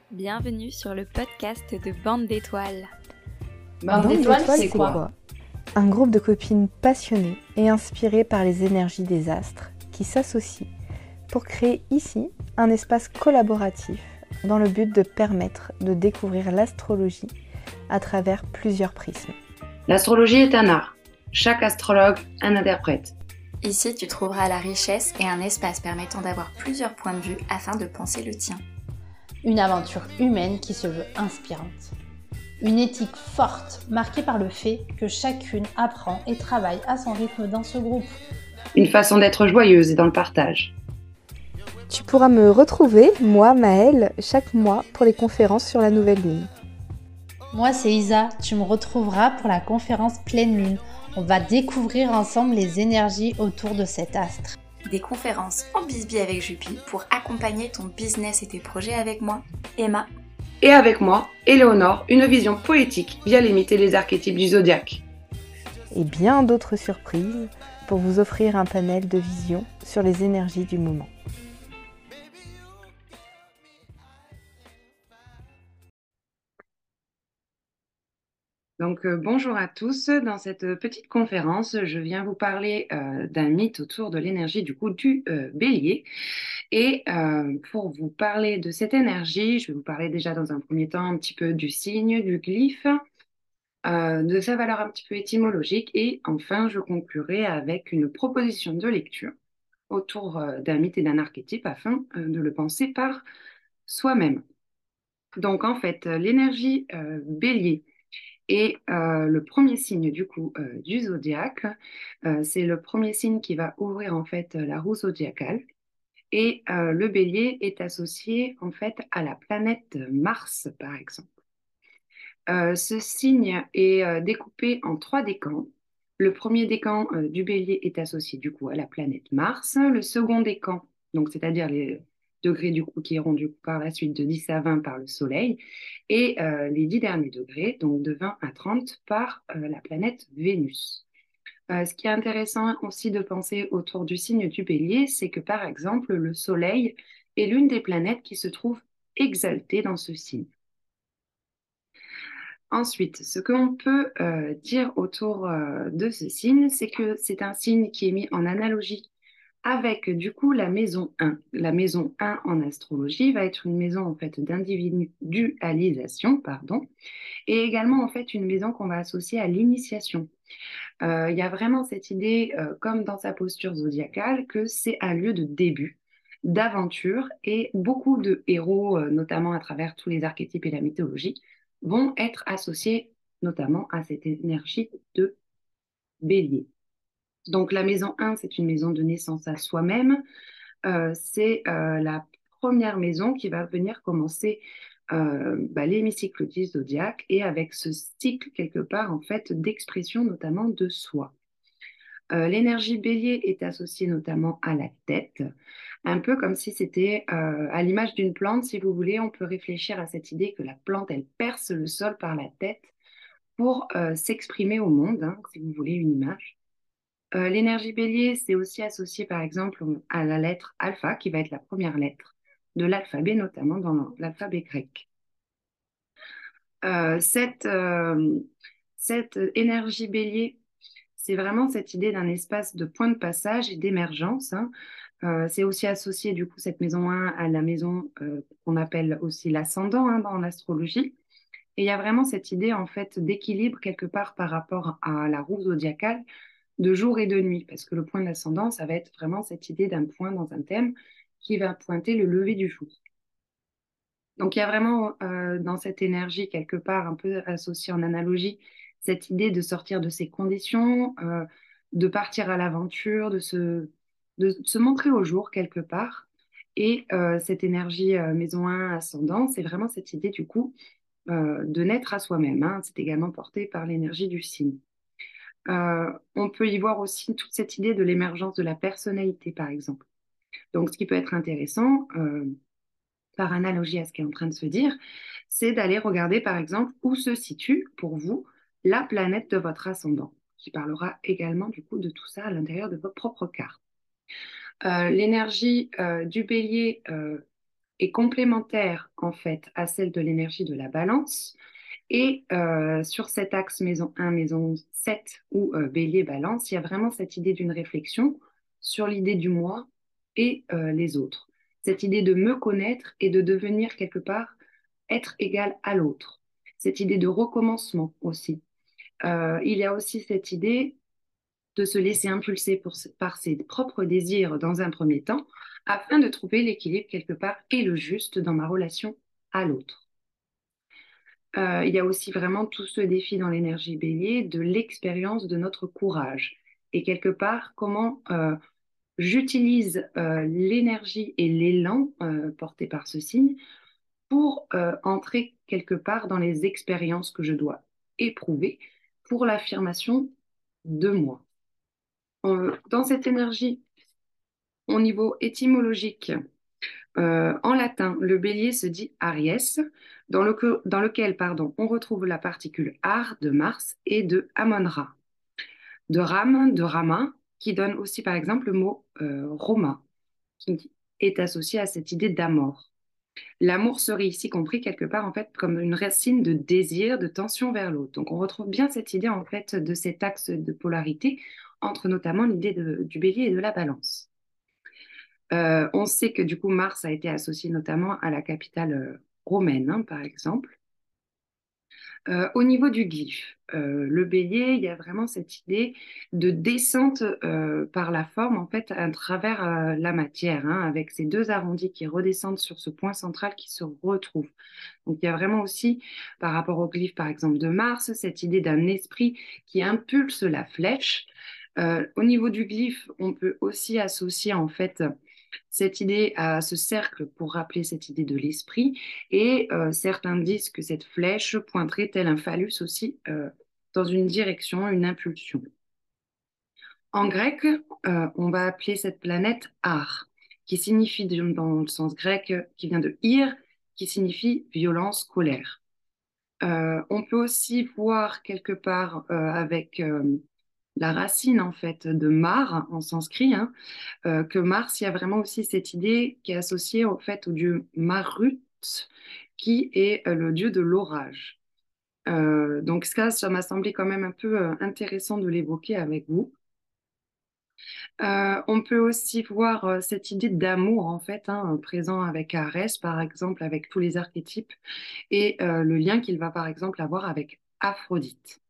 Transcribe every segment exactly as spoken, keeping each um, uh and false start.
Bienvenue sur le podcast de Bande d'étoiles. Bande d'étoiles, c'est quoi? Un groupe de copines passionnées et inspirées par les énergies des astres qui s'associent pour créer ici un espace collaboratif dans le but de permettre de découvrir l'astrologie à travers plusieurs prismes. L'astrologie est un art. Chaque astrologue un interprète. Ici, tu trouveras la richesse et un espace permettant d'avoir plusieurs points de vue afin de penser le tien. Une aventure humaine qui se veut inspirante. Une éthique forte, marquée par le fait que chacune apprend et travaille à son rythme dans ce groupe. Une façon d'être joyeuse et dans le partage. Tu pourras me retrouver, moi, Maëlle, chaque mois pour les conférences sur la nouvelle lune. Moi, c'est Isa. Tu me retrouveras pour la conférence Pleine Lune. On va découvrir ensemble les énergies autour de cet astre. Des conférences en bisbille avec Jupy pour accompagner ton business et tes projets avec moi, Emma. Et avec moi, Éléonore, une vision poétique via les mythes et les archétypes du zodiaque. Et bien d'autres surprises pour vous offrir un panel de visions sur les énergies du moment. Donc euh, bonjour à tous, dans cette petite conférence, je viens vous parler euh, d'un mythe autour de l'énergie du coup du euh, bélier. Et euh, pour vous parler de cette énergie, je vais vous parler déjà dans un premier temps un petit peu du signe, du glyphe, euh, de sa valeur un petit peu étymologique et enfin je conclurai avec une proposition de lecture autour euh, d'un mythe et d'un archétype afin euh, de le penser par soi-même. Donc en fait, l'énergie euh, bélier et euh, le premier signe du coup euh, du zodiaque, euh, c'est le premier signe qui va ouvrir en fait la roue zodiacale. Et euh, le bélier est associé en fait à la planète Mars, par exemple. Euh, ce signe est euh, découpé en trois décans. Le premier décan euh, du bélier est associé du coup à la planète Mars. Le second décan, donc c'est-à-dire les degrés du coup qui iront du coup par la suite de dix à vingt par le Soleil, et euh, les dix derniers degrés, donc de vingt à trente par euh, la planète Vénus. Euh, ce qui est intéressant aussi de penser autour du signe du bélier, c'est que par exemple, le Soleil est l'une des planètes qui se trouve exaltée dans ce signe. Ensuite, ce que l'on peut euh, dire autour euh, de ce signe, c'est que c'est un signe qui est mis en analogie avec du coup la maison un. La maison un en astrologie va être une maison en fait d'individualisation, pardon, et également en fait une maison qu'on va associer à l'initiation. Euh, Il y a vraiment cette idée, euh, comme dans sa posture zodiacale, que c'est un lieu de début, d'aventure, et beaucoup de héros, euh, notamment à travers tous les archétypes et la mythologie, vont être associés notamment à cette énergie de bélier. Donc la maison un, c'est une maison de naissance à soi-même. Euh, c'est euh, la première maison qui va venir commencer euh, bah, l'hémicycle du zodiaque et avec ce cycle quelque part en fait d'expression notamment de soi. Euh, l'énergie bélier est associée notamment à la tête, un peu comme si c'était euh, à l'image d'une plante, si vous voulez, on peut réfléchir à cette idée que la plante, elle perce le sol par la tête pour euh, s'exprimer au monde, hein, si vous voulez une image. Euh, l'énergie bélier, c'est aussi associé par exemple à la lettre alpha, qui va être la première lettre de l'alphabet, notamment dans l'alphabet grec. Euh, cette, euh, cette énergie bélier, c'est vraiment cette idée d'un espace de point de passage et d'émergence, hein. Euh, c'est aussi associé, du coup, cette maison un à la maison euh, qu'on appelle aussi l'ascendant hein, dans l'astrologie. Et il y a vraiment cette idée, en fait, d'équilibre quelque part par rapport à la roue zodiacale de jour et de nuit, parce que le point d'ascendant, ça va être vraiment cette idée d'un point dans un thème qui va pointer le lever du jour. Donc il y a vraiment euh, dans cette énergie quelque part un peu associée en analogie cette idée de sortir de ses conditions, euh, de partir à l'aventure, de se, de se montrer au jour quelque part. Et euh, cette énergie euh, maison un ascendant, c'est vraiment cette idée du coup euh, de naître à soi-même, hein. C'est également porté par l'énergie du signe. Euh, on peut y voir aussi toute cette idée de l'émergence de la personnalité, par exemple. Donc, ce qui peut être intéressant, euh, par analogie à ce qui est en train de se dire, c'est d'aller regarder, par exemple, où se situe pour vous la planète de votre ascendant, qui parlera également du coup de tout ça à l'intérieur de votre propre carte. Euh, l'énergie euh, du bélier euh, est complémentaire en fait à celle de l'énergie de la balance. Et euh, sur cet axe maison un, maison sept ou euh, bélier balance, il y a vraiment cette idée d'une réflexion sur l'idée du moi et euh, les autres. Cette idée de me connaître et de devenir quelque part être égal à l'autre. Cette idée de recommencement aussi. Euh, il y a aussi cette idée de se laisser impulser pour, par ses propres désirs dans un premier temps, afin de trouver l'équilibre quelque part et le juste dans ma relation à l'autre. Euh, il y a aussi vraiment tout ce défi dans l'énergie bélier de l'expérience de notre courage. Et quelque part, comment euh, j'utilise euh, l'énergie et l'élan euh, porté par ce signe pour euh, entrer quelque part dans les expériences que je dois éprouver pour l'affirmation de moi. Euh, dans cette énergie, au niveau étymologique, euh, en latin, le bélier se dit Aries, dans, le, dans lequel pardon, on retrouve la particule ar de Mars et de Amon-Ra. De Ram, de Rama, qui donne aussi par exemple le mot euh, Roma, qui est associé à cette idée d'amour. L'amour serait ici compris quelque part en fait comme une racine de désir, de tension vers l'autre. Donc on retrouve bien cette idée en fait de cet axe de polarité entre notamment l'idée du bélier et de la balance. Euh, on sait que du coup Mars a été associé notamment à la capitale euh, romaine, hein, par exemple. Euh, au niveau du glyphe, euh, le bélier, il y a vraiment cette idée de descente euh, par la forme, en fait, à travers euh, la matière, hein, avec ces deux arrondis qui redescendent sur ce point central qui se retrouve. Donc, il y a vraiment aussi, par rapport au glyphe, par exemple, de Mars, cette idée d'un esprit qui impulse la flèche. Euh, au niveau du glyphe, on peut aussi associer, en fait, cette idée à ce cercle pour rappeler cette idée de l'esprit. Et euh, certains disent que cette flèche pointerait tel un phallus aussi euh, dans une direction, une impulsion. En grec, euh, on va appeler cette planète Ar, qui signifie dans le sens grec, qui vient de ir, qui signifie violence, colère. Euh, on peut aussi voir quelque part euh, avec euh, la racine en fait de Mar en sanskrit, hein, euh, que Mars, il y a vraiment aussi cette idée qui est associée au fait au dieu Marut, qui est euh, le dieu de l'orage. Euh, donc ça, ça m'a semblé quand même un peu euh, intéressant de l'évoquer avec vous. Euh, on peut aussi voir euh, cette idée d'amour en fait, hein, présent avec Arès, par exemple, avec tous les archétypes, et euh, le lien qu'il va par exemple avoir avec Aphrodite.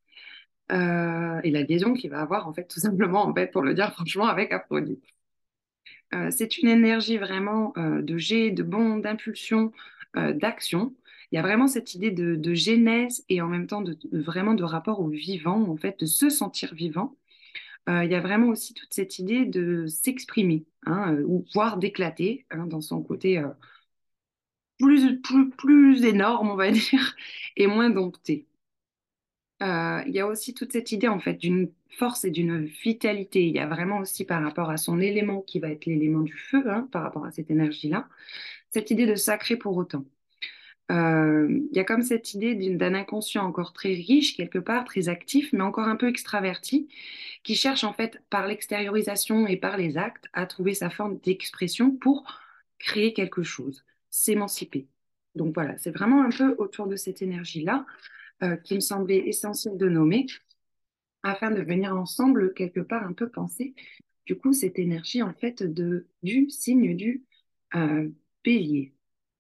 Euh, et la liaison qu'il va avoir en fait tout simplement en fait pour le dire franchement avec Aphrodite. Euh, c'est une énergie vraiment euh, de jet, de bond, d'impulsion, euh, d'action. Il y a vraiment cette idée de, de genèse et en même temps de, de vraiment de rapport au vivant, en fait, de se sentir vivant. Euh, il y a vraiment aussi toute cette idée de s'exprimer, hein, euh, ou voire d'éclater, hein, dans son côté euh, plus, plus, plus énorme, on va dire, et moins dompté. Euh, il y a aussi toute cette idée en fait d'une force et d'une vitalité. Il y a vraiment aussi par rapport à son élément qui va être l'élément du feu, hein, par rapport à cette énergie-là, cette idée de sacré pour autant. Euh, il y a comme cette idée d'une- d'un inconscient encore très riche quelque part, très actif, mais encore un peu extraverti, qui cherche en fait par l'extériorisation et par les actes à trouver sa forme d'expression pour créer quelque chose, s'émanciper. Donc voilà, c'est vraiment un peu autour de cette énergie-là euh, qui me semblait essentiel de nommer afin de venir ensemble quelque part un peu penser du coup cette énergie en fait de, du signe du euh, bélier.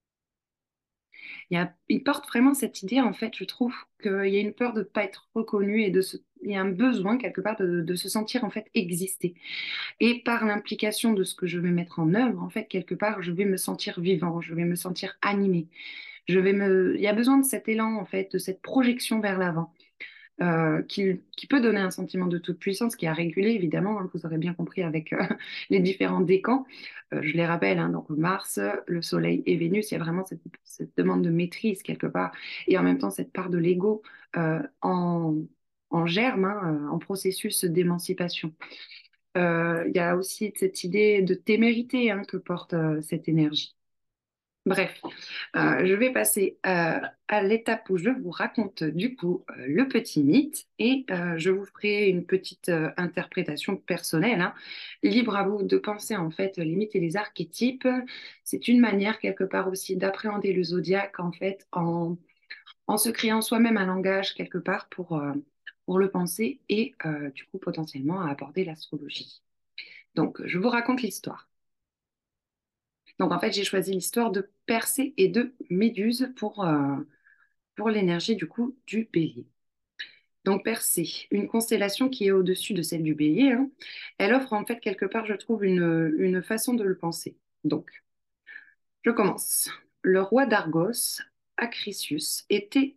Il, y a, il porte vraiment cette idée en fait, je trouve qu'il y a une peur de ne pas être reconnu et de se, il y a un besoin quelque part de, de se sentir en fait exister. Et par l'implication de ce que je vais mettre en œuvre, en fait, quelque part, je vais me sentir vivant, je vais me sentir animé. Je vais me... Il y a besoin de cet élan, en fait, de cette projection vers l'avant, euh, qui, qui peut donner un sentiment de toute puissance, qui a régulé, évidemment, hein, vous aurez bien compris avec euh, les différents décans. Euh, je les rappelle, hein, donc Mars, le Soleil et Vénus, il y a vraiment cette, cette demande de maîtrise, quelque part, et en même temps, cette part de l'ego euh, en, en germe, hein, en processus d'émancipation. Euh, Il y a aussi cette idée de témérité, hein, que porte euh, cette énergie. Bref, euh, je vais passer euh, à l'étape où je vous raconte du coup euh, le petit mythe et euh, je vous ferai une petite euh, interprétation personnelle, hein. Libre à vous de penser en fait les mythes et les archétypes. C'est une manière quelque part aussi d'appréhender le zodiaque en fait en, en se créant soi-même un langage quelque part pour, euh, pour le penser et euh, du coup potentiellement à aborder l'astrologie. Donc, je vous raconte l'histoire. Donc, en fait, j'ai choisi l'histoire de Persée et de Méduse pour, euh, pour l'énergie, du coup, du bélier. Donc, Persée, une constellation qui est au-dessus de celle du bélier, hein, elle offre, en fait, quelque part, je trouve, une, une façon de le penser. Donc, je commence. Le roi d'Argos, Acrisius, était...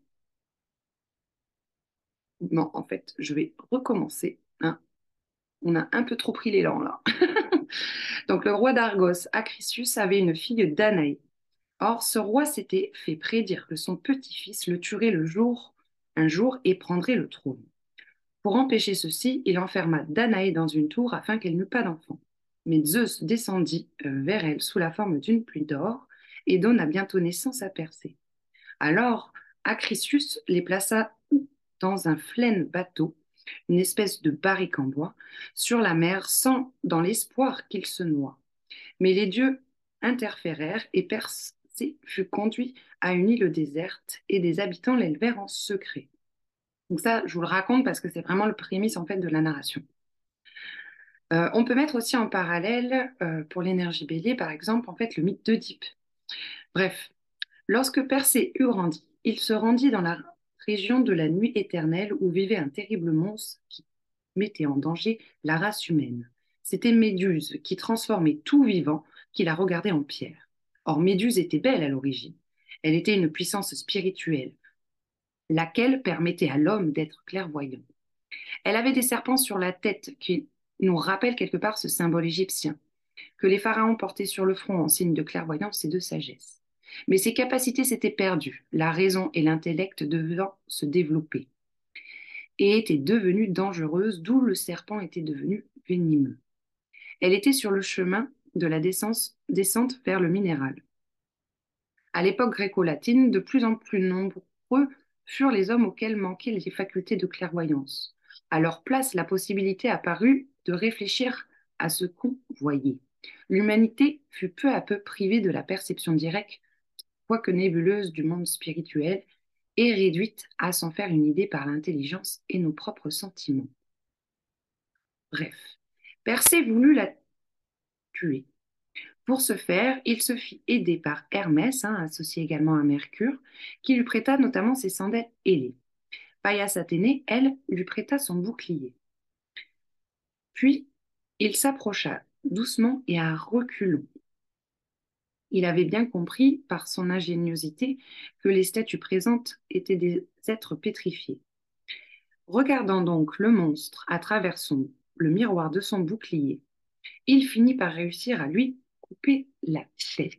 Non, en fait, je vais recommencer, hein. On a un peu trop pris l'élan, là. Donc, le roi d'Argos, Acrisius, avait une fille Danaé. Or, ce roi s'était fait prédire que son petit-fils le tuerait le jour, un jour et prendrait le trône. Pour empêcher ceci, il enferma Danaé dans une tour afin qu'elle n'eût pas d'enfant. Mais Zeus descendit euh, vers elle sous la forme d'une pluie d'or et donna bientôt naissance à Persée. Alors, Acrisius les plaça dans un flêne bateau, une espèce de barrique en bois, sur la mer, sans dans l'espoir qu'il se noie. Mais les dieux interférèrent et Persée fut conduit à une île déserte et des habitants l'élevèrent en secret. Donc ça, je vous le raconte parce que c'est vraiment le prémisse en fait de la narration. Euh, on peut mettre aussi en parallèle euh, pour l'énergie bélier, par exemple, en fait, le mythe d'Œdipe. Bref, lorsque Persée eut grandi, il se rendit dans la région de la nuit éternelle où vivait un terrible monstre qui mettait en danger la race humaine. C'était Méduse qui transformait tout vivant qui la regardait en pierre. Or, Méduse était belle à l'origine. Elle était une puissance spirituelle, laquelle permettait à l'homme d'être clairvoyant. Elle avait des serpents sur la tête qui nous rappellent quelque part ce symbole égyptien, que les pharaons portaient sur le front en signe de clairvoyance et de sagesse. Mais ses capacités s'étaient perdues, la raison et l'intellect devant se développer, et étaient devenues dangereuses, d'où le serpent était devenu venimeux. Elle était sur le chemin de la descente, descente vers le minéral. À l'époque gréco-latine, de plus en plus nombreux furent les hommes auxquels manquaient les facultés de clairvoyance. À leur place, la possibilité apparut de réfléchir à ce qu'on voyait. L'humanité fut peu à peu privée de la perception directe, quoique nébuleuse, du monde spirituel, et réduite à s'en faire une idée par l'intelligence et nos propres sentiments. Bref, Persée voulut la tuer. Pour ce faire, il se fit aider par Hermès, hein, associé également à Mercure, qui lui prêta notamment ses sandales ailées. Paias Athénée, elle, lui prêta son bouclier. Puis, il s'approcha doucement et à reculons. Il avait bien compris, par son ingéniosité, que les statues présentes étaient des êtres pétrifiés. Regardant donc le monstre à travers son, le miroir de son bouclier, il finit par réussir à lui couper la tête.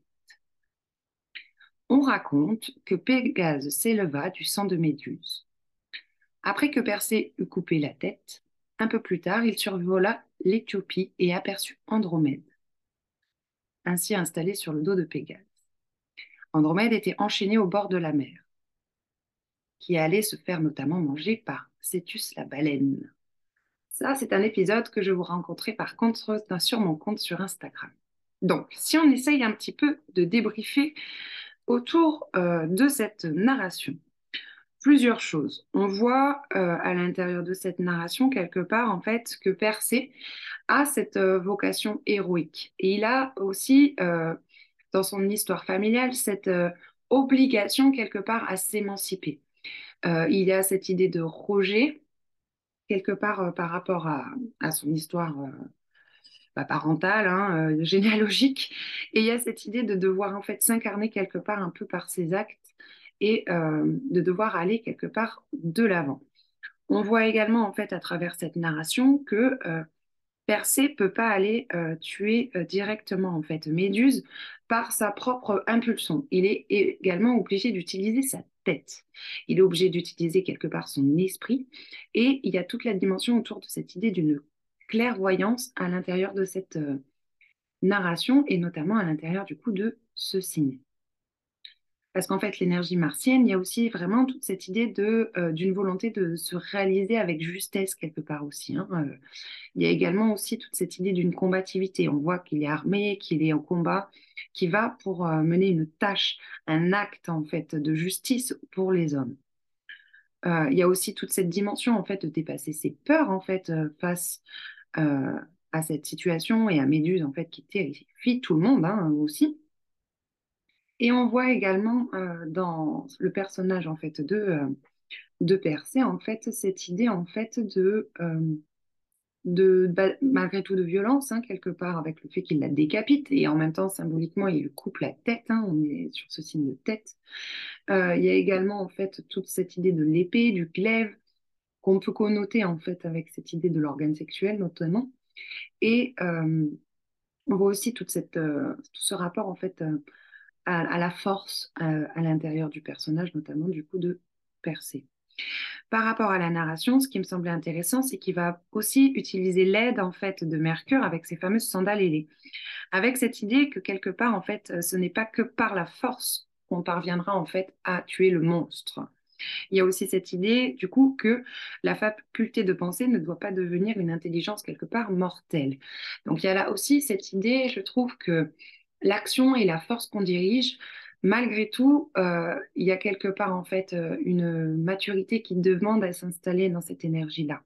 On raconte que Pégase s'éleva du sang de Méduse. Après que Persée eut coupé la tête, un peu plus tard, il survola l'Éthiopie et aperçut Andromède, ainsi installée sur le dos de Pégase. Andromède était enchaînée au bord de la mer, qui allait se faire notamment manger par Cétus la baleine. Ça, c'est un épisode que je vous rencontrerai par contre sur mon compte sur Instagram. Donc, si on essaye un petit peu de débriefer autour euh, de cette narration, plusieurs choses. On voit euh, à l'intérieur de cette narration, quelque part, en fait, que Persée a cette euh, vocation héroïque. Et il a aussi, euh, dans son histoire familiale, cette euh, obligation, quelque part, à s'émanciper. Euh, il y a cette idée de rejet, quelque part, euh, par rapport à, à son histoire euh, bah, parentale, hein, euh, généalogique. Et il y a cette idée de devoir, en fait, s'incarner quelque part un peu par ses actes et euh, de devoir aller quelque part de l'avant. On voit également en fait à travers cette narration que euh, Persée peut pas aller euh, tuer euh, directement en fait Méduse par sa propre impulsion. Il est également obligé d'utiliser sa tête. Il est obligé d'utiliser quelque part son esprit et il y a toute la dimension autour de cette idée d'une clairvoyance à l'intérieur de cette euh, narration et notamment à l'intérieur du coup de ce signe. Parce qu'en fait, l'énergie martienne, il y a aussi vraiment toute cette idée de, euh, d'une volonté de se réaliser avec justesse quelque part aussi, hein. Euh, il y a également aussi toute cette idée d'une combativité. On voit qu'il est armé, qu'il est en combat, qu'il va pour euh, mener une tâche, un acte en fait de justice pour les hommes. Euh, il y a aussi toute cette dimension en fait de dépasser ses peurs en fait euh, face euh, à cette situation et à Méduse en fait qui terrifie tout le monde hein, aussi. Et on voit également euh, dans le personnage en fait de, euh, de Persée en fait cette idée en fait de, euh, de bah, malgré tout de violence hein, quelque part avec le fait qu'il la décapite et en même temps symboliquement il lui coupe la tête, hein, on est sur ce signe de tête. Euh, il y a également en fait toute cette idée de l'épée, du glaive qu'on peut connoter en fait avec cette idée de l'organe sexuel notamment. Et euh, on voit aussi toute cette, euh, tout ce rapport en fait euh, à, à la force euh, à l'intérieur du personnage, notamment du coup de Persée. Par rapport à la narration, ce qui me semblait intéressant, c'est qu'il va aussi utiliser l'aide en fait de Mercure avec ses fameuses sandales ailées, avec cette idée que quelque part en fait, ce n'est pas que par la force qu'on parviendra en fait à tuer le monstre. Il y a aussi cette idée, du coup, que la faculté de penser ne doit pas devenir une intelligence quelque part mortelle. Donc il y a là aussi cette idée, je trouve que l'action et la force qu'on dirige, malgré tout, euh, il y a quelque part en fait euh, une maturité qui demande à s'installer dans cette énergie-là.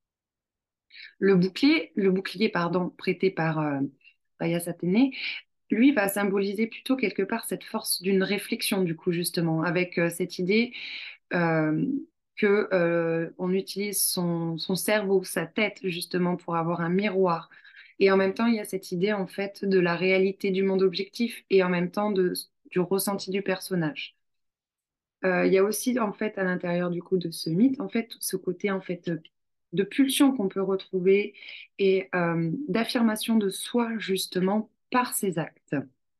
Le bouclier, le bouclier pardon, prêté par euh, Paias Athénée, lui va symboliser plutôt quelque part cette force d'une réflexion, du coup, justement, avec euh, cette idée euh, que euh, on utilise son, son cerveau, sa tête, justement, pour avoir un miroir. Et en même temps, il y a cette idée, en fait, de la réalité du monde objectif et en même temps de, du ressenti du personnage. Euh, il y a aussi, en fait, à l'intérieur du coup de ce mythe, en fait, tout ce côté, en fait, de pulsion qu'on peut retrouver et euh, d'affirmation de soi, justement, par ses actes.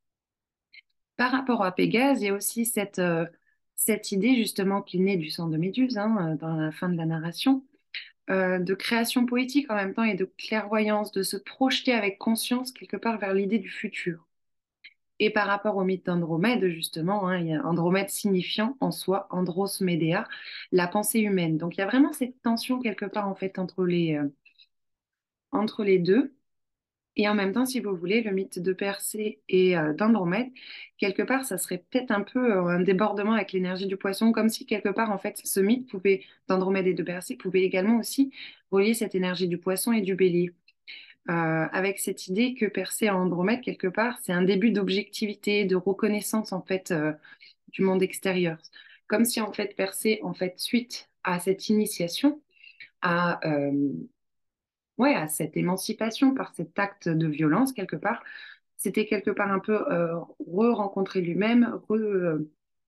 Par rapport à Pégase, il y a aussi cette, euh, cette idée justement qu'il naît du sang de Méduse hein, euh, dans la fin de la narration, euh, de création poétique en même temps et de clairvoyance, de se projeter avec conscience quelque part vers l'idée du futur. Et par rapport au mythe d'Andromède, justement, hein, il y a Andromède signifiant en soi Andros Médéa, la pensée humaine. Donc il y a vraiment cette tension quelque part en fait entre les, euh, entre les deux. Et en même temps, si vous voulez, le mythe de Persée et euh, d'Andromède, quelque part, ça serait peut-être un peu euh, un débordement avec l'énergie du poisson, comme si quelque part, en fait, ce mythe pouvait, d'Andromède et de Persée, pouvait également aussi relier cette énergie du poisson et du bélier. Euh, avec cette idée que Persée et Andromède, quelque part, c'est un début d'objectivité, de reconnaissance, en fait, euh, du monde extérieur. Comme si, en fait, Persée, en fait, suite à cette initiation, à euh, ouais, à cette émancipation par cet acte de violence, quelque part, c'était quelque part un peu euh, re-rencontrer lui-même, re, euh,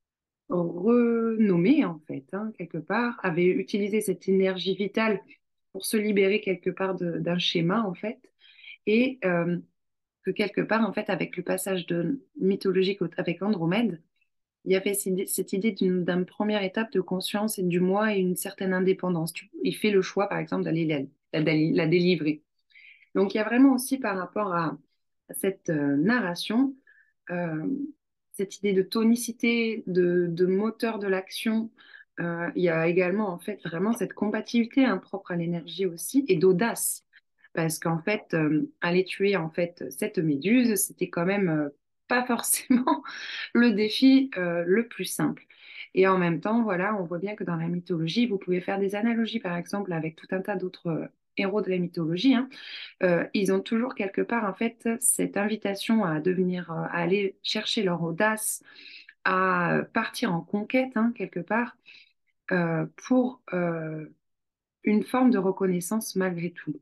renommer en fait, hein, quelque part, avait utilisé cette énergie vitale pour se libérer quelque part de- d'un schéma en fait, et euh, que quelque part en fait, avec le passage de mythologique au- avec Andromède, il y avait cette idée cette idée d'une d'une première étape de conscience et du moi et une certaine indépendance. Tu- il fait le choix, par exemple, d'aller la, la la délivrer. Donc, il y a vraiment aussi par rapport à, à cette euh, narration, euh, cette idée de tonicité, de, de moteur de l'action. Euh, il y a également, en fait, vraiment cette combativité hein, propre à l'énergie aussi et d'audace. Parce qu'en fait, euh, aller tuer, en fait, cette méduse, c'était quand même euh, pas forcément le défi euh, le plus simple. Et en même temps, voilà, on voit bien que dans la mythologie, vous pouvez faire des analogies, par exemple, avec tout un tas d'autres euh, héros de la mythologie, hein. Euh, ils ont toujours quelque part en fait cette invitation à devenir, euh, à aller chercher leur audace, à partir en conquête hein, quelque part euh, pour euh, une forme de reconnaissance malgré tout.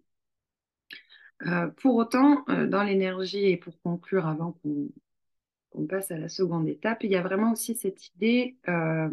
Euh, pour autant, euh, dans l'énergie et pour conclure avant qu'on qu'on passe à la seconde étape, il y a vraiment aussi cette idée euh,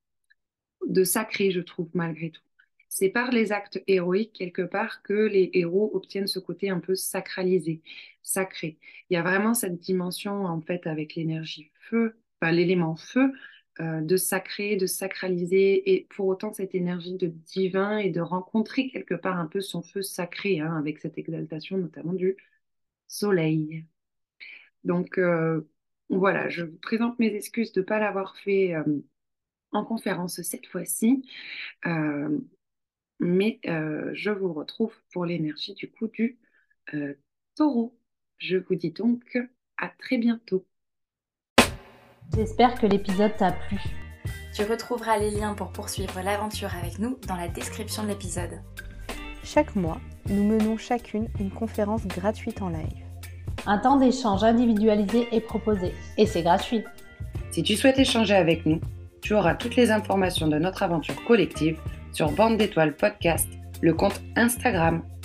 de sacré, je trouve, malgré tout. C'est par les actes héroïques, quelque part, que les héros obtiennent ce côté un peu sacralisé, sacré. Il y a vraiment cette dimension, en fait, avec l'énergie feu, enfin, l'élément feu, euh, de sacré, de sacraliser, et pour autant cette énergie de divin et de rencontrer quelque part un peu son feu sacré, hein, avec cette exaltation notamment du soleil. Donc, euh, voilà, je vous présente mes excuses de ne pas l'avoir fait euh, en conférence cette fois-ci. Euh, mais euh, je vous retrouve pour l'énergie du coup du euh, taureau. Je vous dis donc à très bientôt. J'espère que l'épisode t'a plu. Tu retrouveras les liens pour poursuivre l'aventure avec nous dans la description de l'épisode. Chaque mois, nous menons chacune une conférence gratuite en live. Un temps d'échange individualisé est proposé et c'est gratuit. Si tu souhaites échanger avec nous, tu auras toutes les informations de notre aventure collective sur Bande d'étoiles podcast, le compte Instagram